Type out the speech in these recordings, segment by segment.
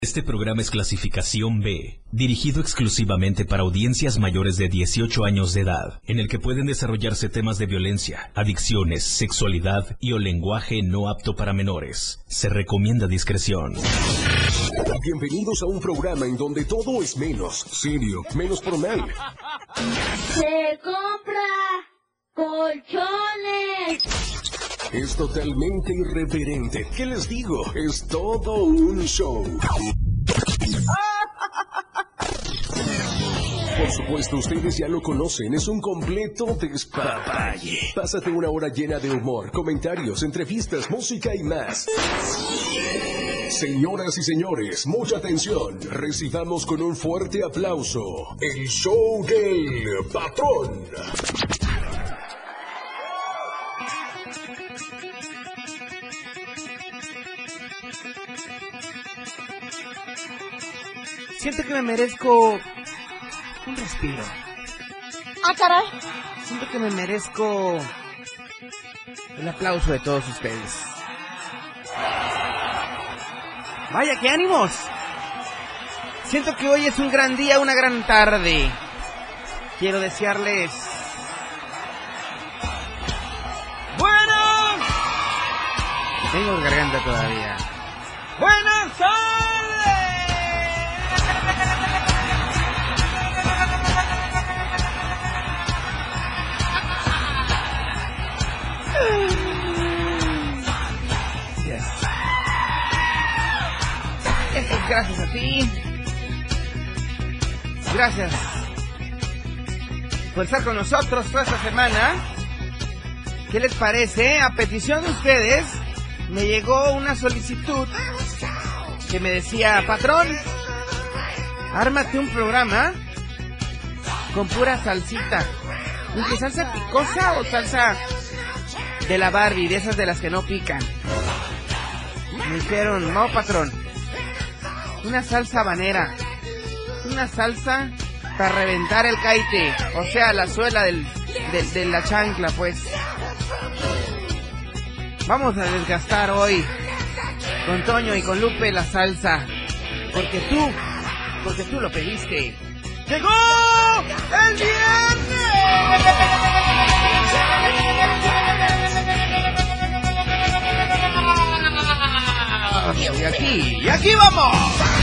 Este programa es clasificación B, dirigido exclusivamente para audiencias mayores de 18 años de edad, en el que pueden desarrollarse temas de violencia, adicciones, sexualidad y o lenguaje no apto para menores. Se recomienda discreción. Bienvenidos a un programa en donde todo es menos serio, menos formal. Se compra colchones. Es totalmente irreverente. ¿Qué les digo? Es todo un show. Por supuesto, ustedes ya lo conocen. Es un completo despapalle. Pásate una hora llena de humor, comentarios, entrevistas, música y más. Señoras y señores, mucha atención. Recibamos con un fuerte aplauso el show del patrón. Siento que me merezco un respiro. Ah, caray. Siento que me merezco el aplauso de todos ustedes. Vaya, qué ánimos. Siento que hoy es un gran día, una gran tarde. Quiero desearles... ¡Buenas! Tengo garganta todavía. ¡Buenas tardes! Esto es gracias a ti. Gracias por estar con nosotros toda esta semana. ¿Qué les parece? A petición de ustedes me llegó una solicitud que me decía: patrón, ármate un programa con pura salsita. ¿Y salsa picosa o salsa de la Barbie, de esas de las que no pican? Me dijeron: no, patrón, una salsa habanera, una salsa para reventar el caite, o sea, la suela de la chancla, pues. Vamos a desgastar hoy con Toño y con Lupe la salsa, porque tú lo pediste. ¡Llegó el viernes! Y aquí vamos.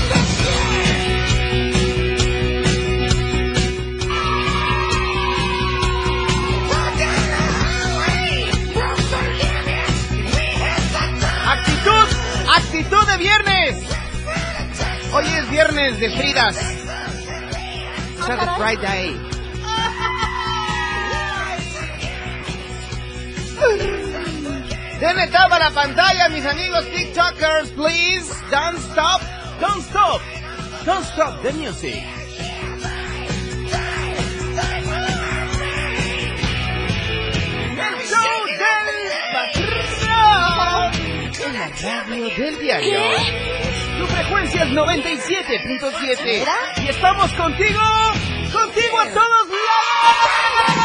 Actitud de viernes. Hoy es viernes de Fridas. Saturday Friday. Denle tapa a la pantalla, mis amigos TikTokers, please. Don't stop, don't stop, don't stop the music. El show del patrón en la radio del diario. Tu frecuencia es 97.7 y estamos contigo a todos lados.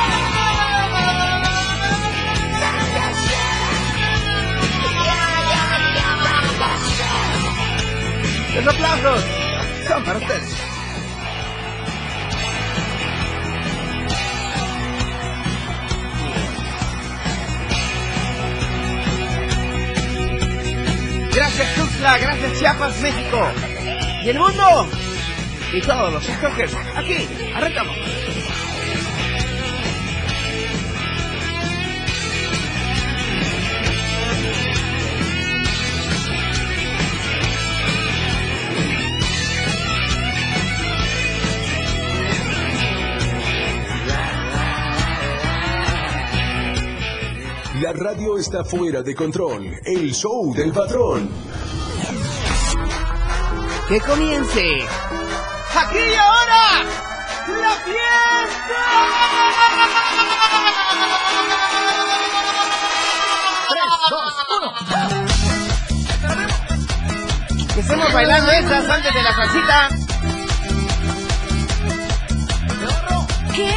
Los aplausos son para ustedes. Gracias Tuxtla, gracias Chiapas, México y el mundo y todos los TikTokers. Aquí, arrancamos. La radio está fuera de control. El show del patrón. Que comience. Aquí y ahora, la fiesta. 3, 2, 1. Que estemos bailando estas antes de la salsita. ¿Qué?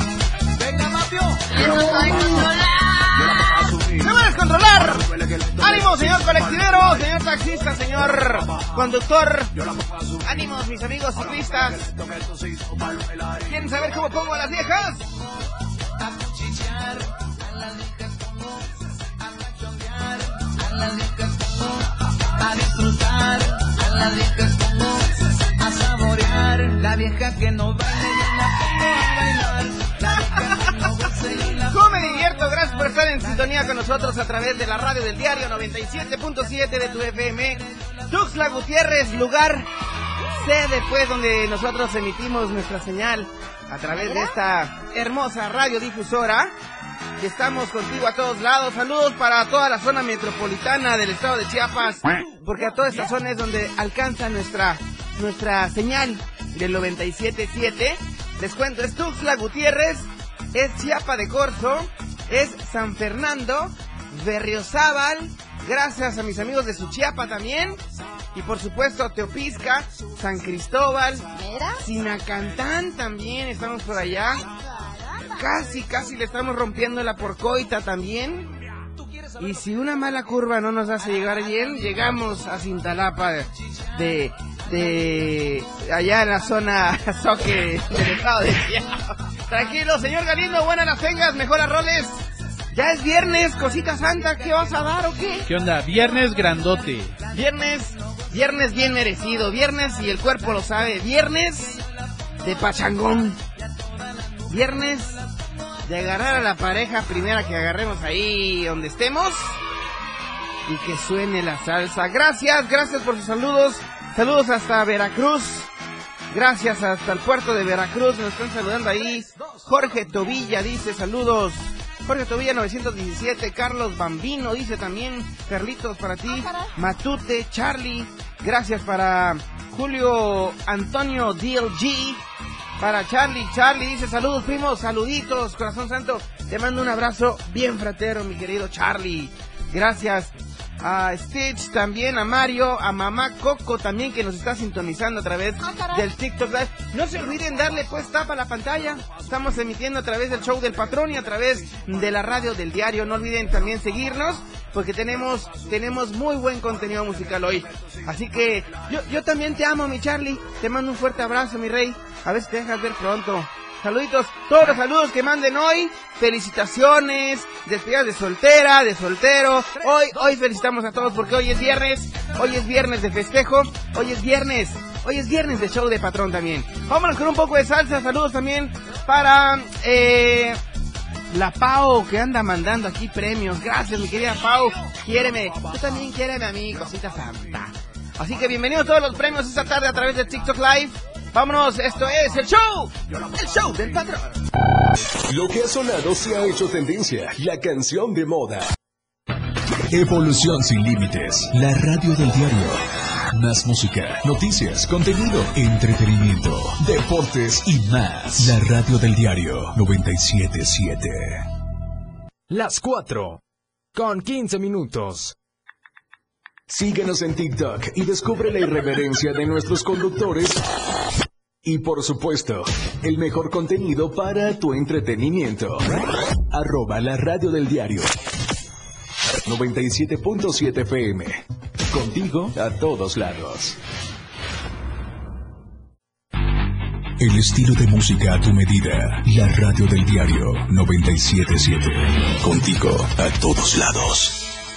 ¡Me van a descontrolar! ¡A ¡Ánimo, señor colectivero, señor taxista, señor conductor! ¡Ánimos, mis amigos ciclistas! ¿Quieren saber cómo pongo a las viejas? A cuchillar, a las viejas pongo, a chondear, a las viejas pongo, a disfrutar, a las viejas pongo, a saborear. La vieja que no baila, yo la pongo a bailar. La vieja que no goza, yo la pongo. ¿Cómo me divierto? Gracias por estar en sintonía con nosotros a través de la radio del diario 97.7 de tu FM. Tuxtla Gutiérrez, lugar sede, pues, donde nosotros emitimos nuestra señal a través de esta hermosa radiodifusora. Que estamos contigo a todos lados. Saludos para toda la zona metropolitana del estado de Chiapas, porque a toda esta zona es donde alcanza nuestra señal del 97.7. Les cuento, es Tuxtla Gutiérrez, es Chiapa de Corzo, es San Fernando, Berriozábal, gracias a mis amigos de Suchiapa también, y por supuesto Teopisca, San Cristóbal, Sinacantán también, estamos por allá. Casi le estamos rompiendo la Porcoita también. Y si una mala curva no nos hace llegar bien, llegamos a Cintalapa de allá en la zona Soque del estado de Chiapas. Tranquilo, señor Galindo, buenas las tengas, mejoras roles. Ya es viernes, cosita santa, ¿qué vas a dar o qué? ¿Qué onda? Viernes grandote. Viernes bien merecido, viernes y el cuerpo lo sabe, viernes de pachangón. Viernes de agarrar a la pareja primera que agarremos ahí donde estemos y que suene la salsa. Gracias por sus saludos. Saludos hasta Veracruz. Gracias hasta el puerto de Veracruz. Nos están saludando ahí. Jorge Tobilla dice saludos. Jorge Tobilla 917. Carlos Bambino dice también Carlitos para ti. Matute, Charlie. Gracias para Julio Antonio DLG. Para Charlie dice saludos primos, saluditos, corazón santo, te mando un abrazo bien fratero mi querido Charlie, gracias a Stitch también, a Mario, a mamá Coco también que nos está sintonizando a través del TikTok Live. No se olviden darle pues tapa a la pantalla, estamos emitiendo a través del show del patrón y a través de la radio del diario, no olviden también seguirnos porque tenemos muy buen contenido musical hoy, así que yo también te amo mi Charlie, te mando un fuerte abrazo mi rey, a ver si te dejas ver pronto. Saluditos, todos los saludos que manden hoy, felicitaciones, despedidas de soltera, de soltero, hoy felicitamos a todos porque hoy es viernes de festejo, hoy es viernes de show de patrón también. Vámonos con un poco de salsa, saludos también para la Pau que anda mandando aquí premios, gracias mi querida Pau, quiéreme, tú también quiéreme a mí, cosita santa. Así que bienvenidos a todos los premios esta tarde a través de TikTok Live. Vámonos, esto es el show del patrón. Lo que ha sonado se ha hecho tendencia, la canción de moda. Evolución sin límites, la radio del diario. Más música, noticias, contenido, entretenimiento, deportes y más. La radio del diario 97.7. Las 4:15. Síguenos en TikTok y descubre la irreverencia de nuestros conductores y, por supuesto, el mejor contenido para tu entretenimiento. @la radio del diario 97.7 FM. Contigo a todos lados. El estilo de música a tu medida. La radio del diario 97.7. Contigo a todos lados.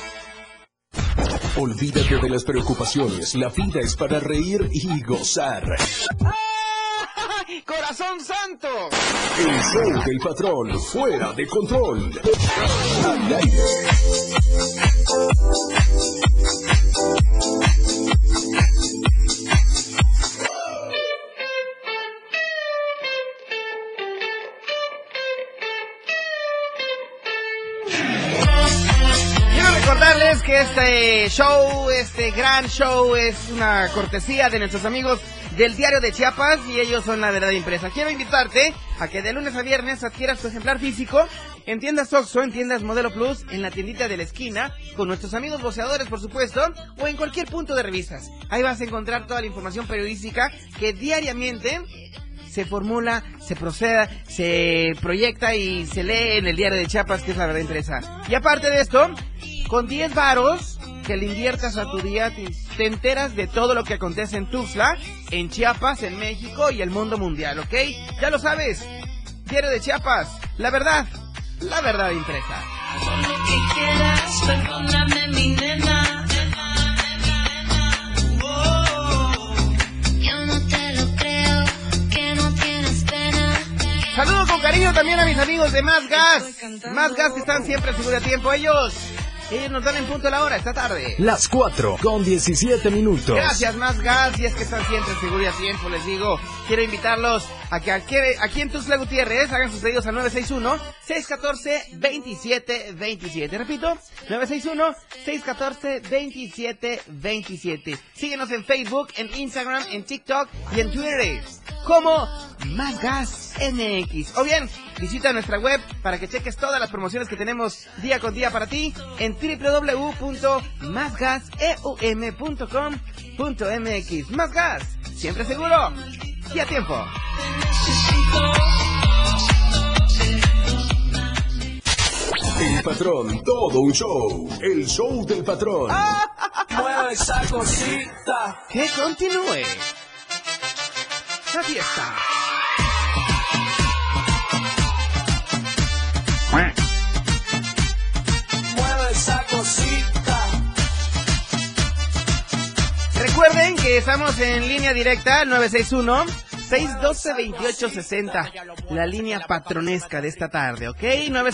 Olvídate de las preocupaciones, la vida es para reír y gozar. ¡Corazón santo! El show del patrón, fuera de control. Al aire. Recordarles que este gran show es una cortesía de nuestros amigos del Diario de Chiapas y ellos son la verdad impresa. Quiero invitarte a que de lunes a viernes adquieras tu ejemplar físico en tiendas Oxxo, en tiendas Modelo Plus, en la tiendita de la esquina, con nuestros amigos voceadores por supuesto, o en cualquier punto de revistas. Ahí vas a encontrar toda la información periodística que diariamente se formula, se proceda, se proyecta y se lee en el Diario de Chiapas, que es la verdad impresa. Y aparte de esto, con 10 varos que le inviertas a tu día, te enteras de todo lo que acontece en Tuxtla, en Chiapas, en México y el mundo mundial, ¿ok? Ya lo sabes, Diario de Chiapas, la verdad impresa. Perdóname, mi nena. Yo no te lo creo, que no tienes pena. Saludo con cariño también a mis amigos de Más Gas que están siempre seguro a tiempo. Ellos nos dan en punto la hora esta tarde. Las 4:17. Gracias, Más Gas, y es que están siempre seguro y a tiempo. Les digo, quiero invitarlos a que aquí en Tuxtla Gutiérrez hagan sus pedidos al 961-614-2727. Repito, 961-614-2727. Síguenos en Facebook, en Instagram, en TikTok y en Twitter como Más Gas MX. O bien, visita nuestra web para que cheques todas las promociones que tenemos día con día para ti en www.másgaseum.com.mx. Más Gas, siempre seguro y a tiempo. El Patrón, todo un show. El show del Patrón. Mueve esa cosita. Que continúe la fiesta. Mueve esa cosita. Recuerden que estamos en línea directa 961-612-2860, la línea patronesca de esta tarde, ¿ok?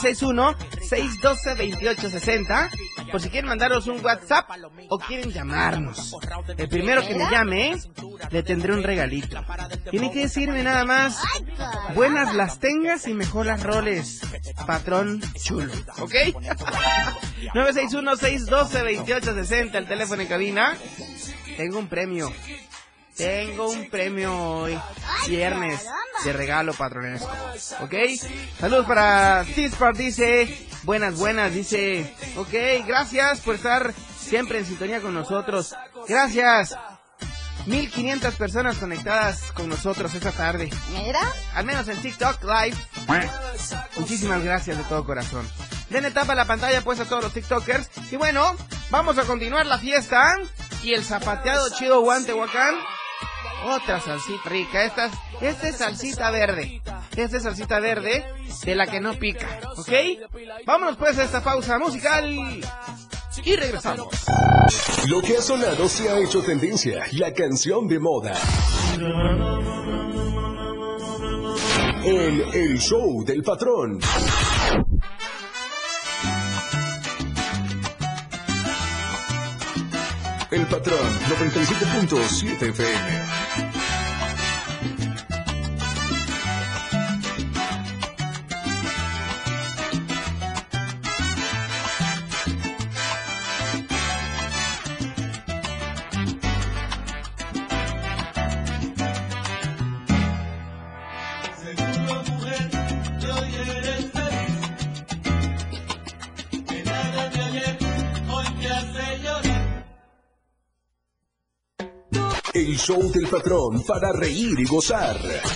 961-612-2860, por si quieren mandaros un WhatsApp o quieren llamarnos. El primero que me llame, le tendré un regalito. Tiene que decirme nada más, buenas las tengas y mejor las roles, patrón chulo, ¿ok? 961-612-2860, el teléfono en cabina. Tengo un premio hoy, viernes, de regalo patronesco, ¿ok? Saludos para Tispar, dice, buenas, dice, ok, gracias por estar siempre en sintonía con nosotros, gracias, 1500 personas conectadas con nosotros esta tarde, ¿Mira? al menos en TikTok Live, muchísimas gracias de todo corazón. Den etapa a la pantalla pues a todos los TikTokers, y bueno, vamos a continuar la fiesta, y el zapateado chido Guantehuacán. Otra salsita rica, esta es salsita verde. Esta es salsita verde de la que no pica, ¿ok? Vámonos pues a esta pausa musical y regresamos. Lo que ha sonado se ha hecho tendencia, la canción de moda. En el show del Patrón. El Patrón, 97.7 FM. El show del Patrón para reír y gozar.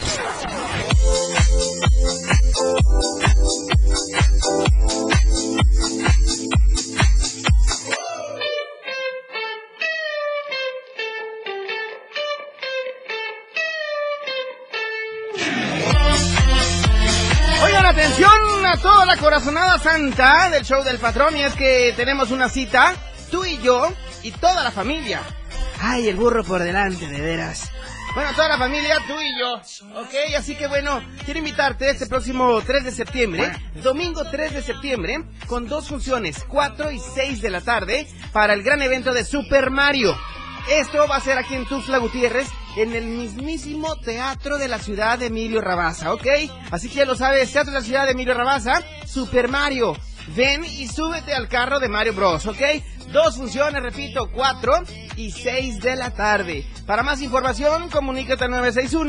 Oigan, atención a toda la corazonada santa del show del Patrón, y es que tenemos una cita, tú y yo y toda la familia. Ay, el burro por delante, de veras. Bueno, toda la familia, tú y yo, ¿ok? Así que bueno, quiero invitarte este próximo 3 de septiembre, domingo 3 de septiembre, con 2 funciones, 4 y 6 de la tarde, para el gran evento de Super Mario. Esto va a ser aquí en Tuxtla Gutiérrez, en el mismísimo Teatro de la Ciudad de Emilio Rabasa, ¿ok? Así que ya lo sabes, Teatro de la Ciudad de Emilio Rabasa, Super Mario. Ven y súbete al carro de Mario Bros, ¿ok? 2 funciones, repito, 4 y 6 de la tarde. Para más información, comunícate al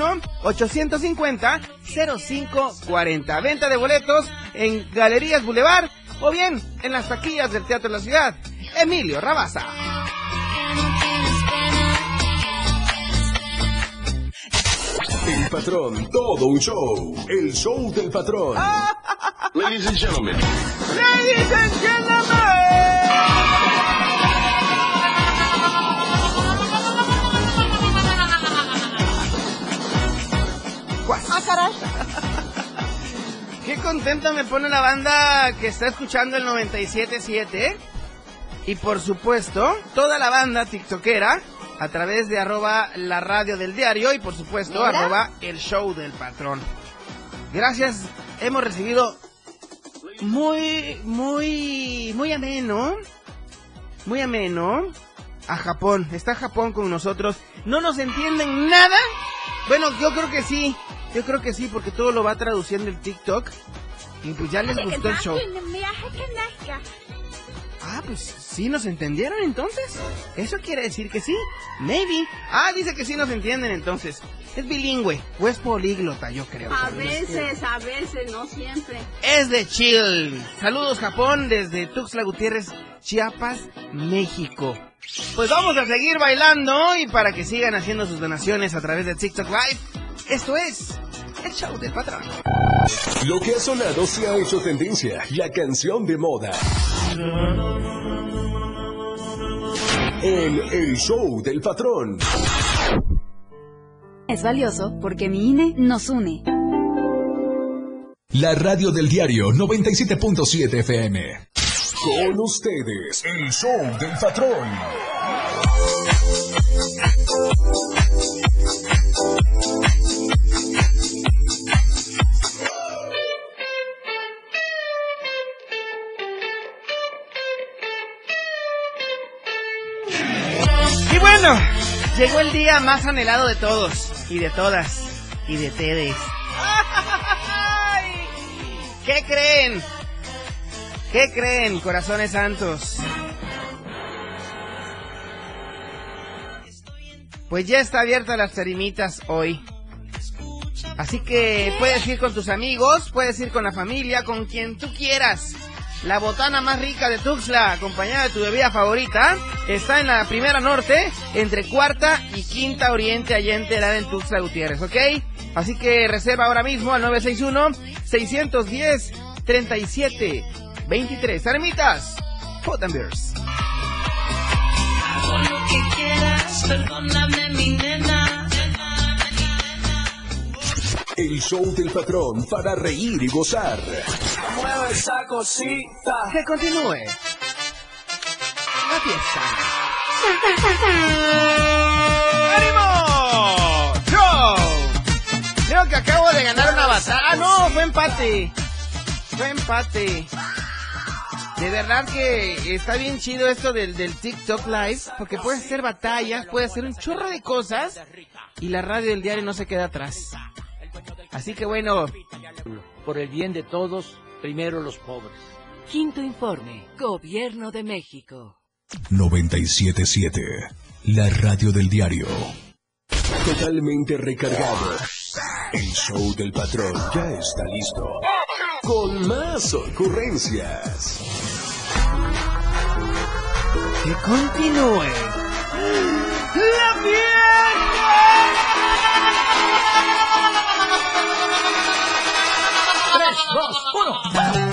961-850-0540. Venta de boletos en Galerías Boulevard o bien en las taquillas del Teatro de la Ciudad, Emilio Rabasa. El Patrón, todo un show. El show del Patrón. Ladies and gentlemen. Ladies and gentlemen. contento me pone la banda que está escuchando el 97.7. Y por supuesto, toda la banda tiktokera a través de ¡la radio del diario! Y por supuesto, @el show del patrón. Gracias, hemos recibido muy ameno a Japón. Está Japón con nosotros. No nos entienden nada. Bueno, yo creo que sí, porque todo lo va traduciendo el TikTok. Y pues ya les gustó el show. Ah, pues sí nos entendieron entonces. Eso quiere decir que sí. Maybe. Ah, dice que sí nos entienden entonces. Es bilingüe o es políglota, yo creo. A veces, no siempre. Es de chill. Saludos Japón desde Tuxtla Gutiérrez, Chiapas, México. Pues vamos a seguir bailando y para que sigan haciendo sus donaciones a través de TikTok Live. Esto es el show del patrón. Lo que ha sonado se ha hecho tendencia, la canción de moda. En el show del patrón. Es valioso porque mi INE nos une. La radio del diario 97.7 FM. Con ustedes, el show del patrón. Y bueno, llegó el día más anhelado de todos, y de todas, y de ustedes. ¿Qué creen? ¿Qué creen, corazones santos? Pues ya está abierta las tarimitas hoy. Así que puedes ir con tus amigos, puedes ir con la familia, con quien tú quieras. La botana más rica de Tuxtla, acompañada de tu bebida favorita, está en la Primera Norte, entre Cuarta y Quinta Oriente, allá enterada en Tuxtla Gutiérrez, ¿ok? Así que reserva ahora mismo al 961-610-3723. Tarimitas, Potan Beers. Con lo que quieras, perdóname mi nena. El show del patrón para reír y gozar. Mueve esa cosita. Que continúe la fiesta. ¡Ánimo! ¡Yo! Creo que acabo de ganar una batalla. ¡Ah, no! Fue empate. De verdad que está bien chido esto del TikTok Live, porque puede hacer batallas, puede hacer un chorro de cosas, y la radio del diario no se queda atrás. Así que bueno, por el bien de todos, primero los pobres. Quinto informe, Gobierno de México. 97.7, la radio del diario. Totalmente recargado. El show del patrón ya está listo. Con más ocurrencias. Que continúe la fiesta. 3, 2, 1.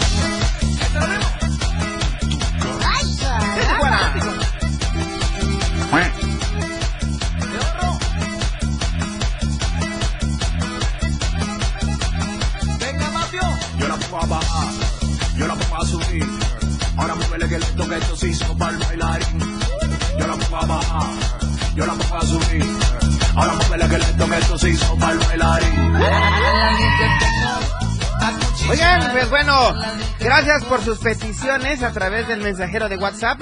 Venga, Mafio. Yo la pongo a bajar, yo la pongo a subir. Ahora muévele que esto se hizo para el bailarín. Yo la pongo a bajar, yo la pongo a subir. Ahora muévele que esto se hizo para el bailarín. Oigan, pues bueno, gracias por sus peticiones a través del mensajero de WhatsApp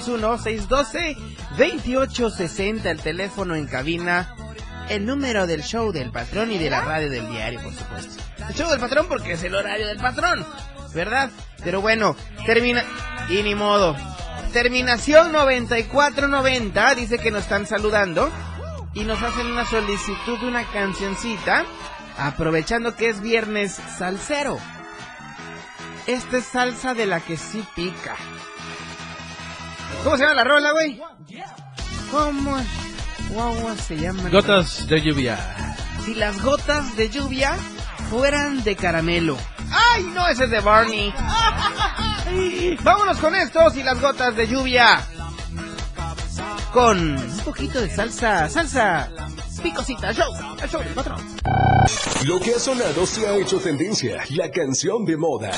961-612-2860, el teléfono en cabina, el número del show del patrón y de la radio del diario, por supuesto. El show del patrón porque es el horario del patrón, ¿verdad? Pero bueno, termina... y ni modo. Terminación 9490, dice que nos están saludando y nos hacen una solicitud de una cancioncita, aprovechando que es viernes salsero. Esta es salsa de la que sí pica. ¿Cómo se llama la rola, güey? ¿Cómo se llama? Gotas de lluvia. Si las gotas de lluvia fueran de caramelo. ¡Ay, no! Ese es de Barney. Vámonos con esto, si las gotas de lluvia. Con un poquito de salsa Picosita Show, el show del patrón. Lo que ha sonado se ha hecho tendencia, la canción de moda.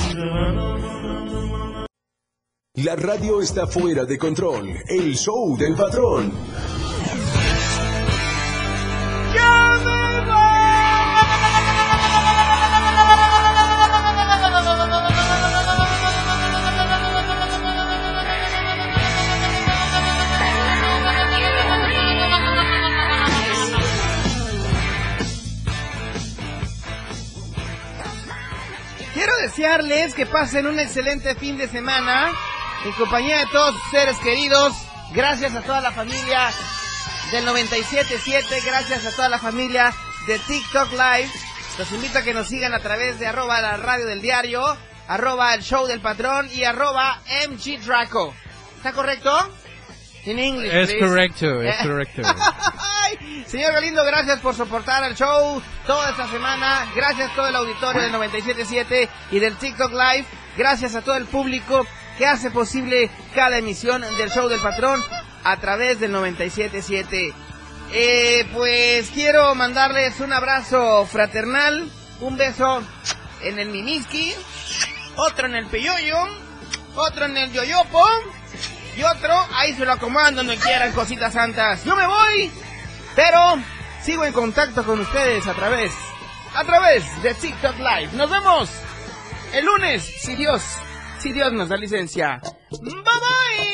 La radio está fuera de control, el show del patrón. ¡Ya me voy! Quiero desearles que pasen un excelente fin de semana en compañía de todos sus seres queridos. Gracias a toda la familia del 97.7, gracias a toda la familia de TikTok Live. Los invito a que nos sigan a través de @la radio del diario, @el show del patrón y @MG Draco. ¿Está correcto? En inglés. Es correcto, es correcto. Señor Galindo, gracias por soportar el show toda esta semana. Gracias a todo el auditorio del 97.7 y del TikTok Live. Gracias a todo el público que hace posible cada emisión del show del patrón a través del 97.7. Pues quiero mandarles un abrazo fraternal, un beso en el mimiski, otro en el peyoyo, otro en el yoyopo y otro ahí se lo acomodan donde quieran, cositas santas. Yo me voy, pero sigo en contacto con ustedes a través de TikTok Live. Nos vemos el lunes, si Dios nos da licencia. Bye bye.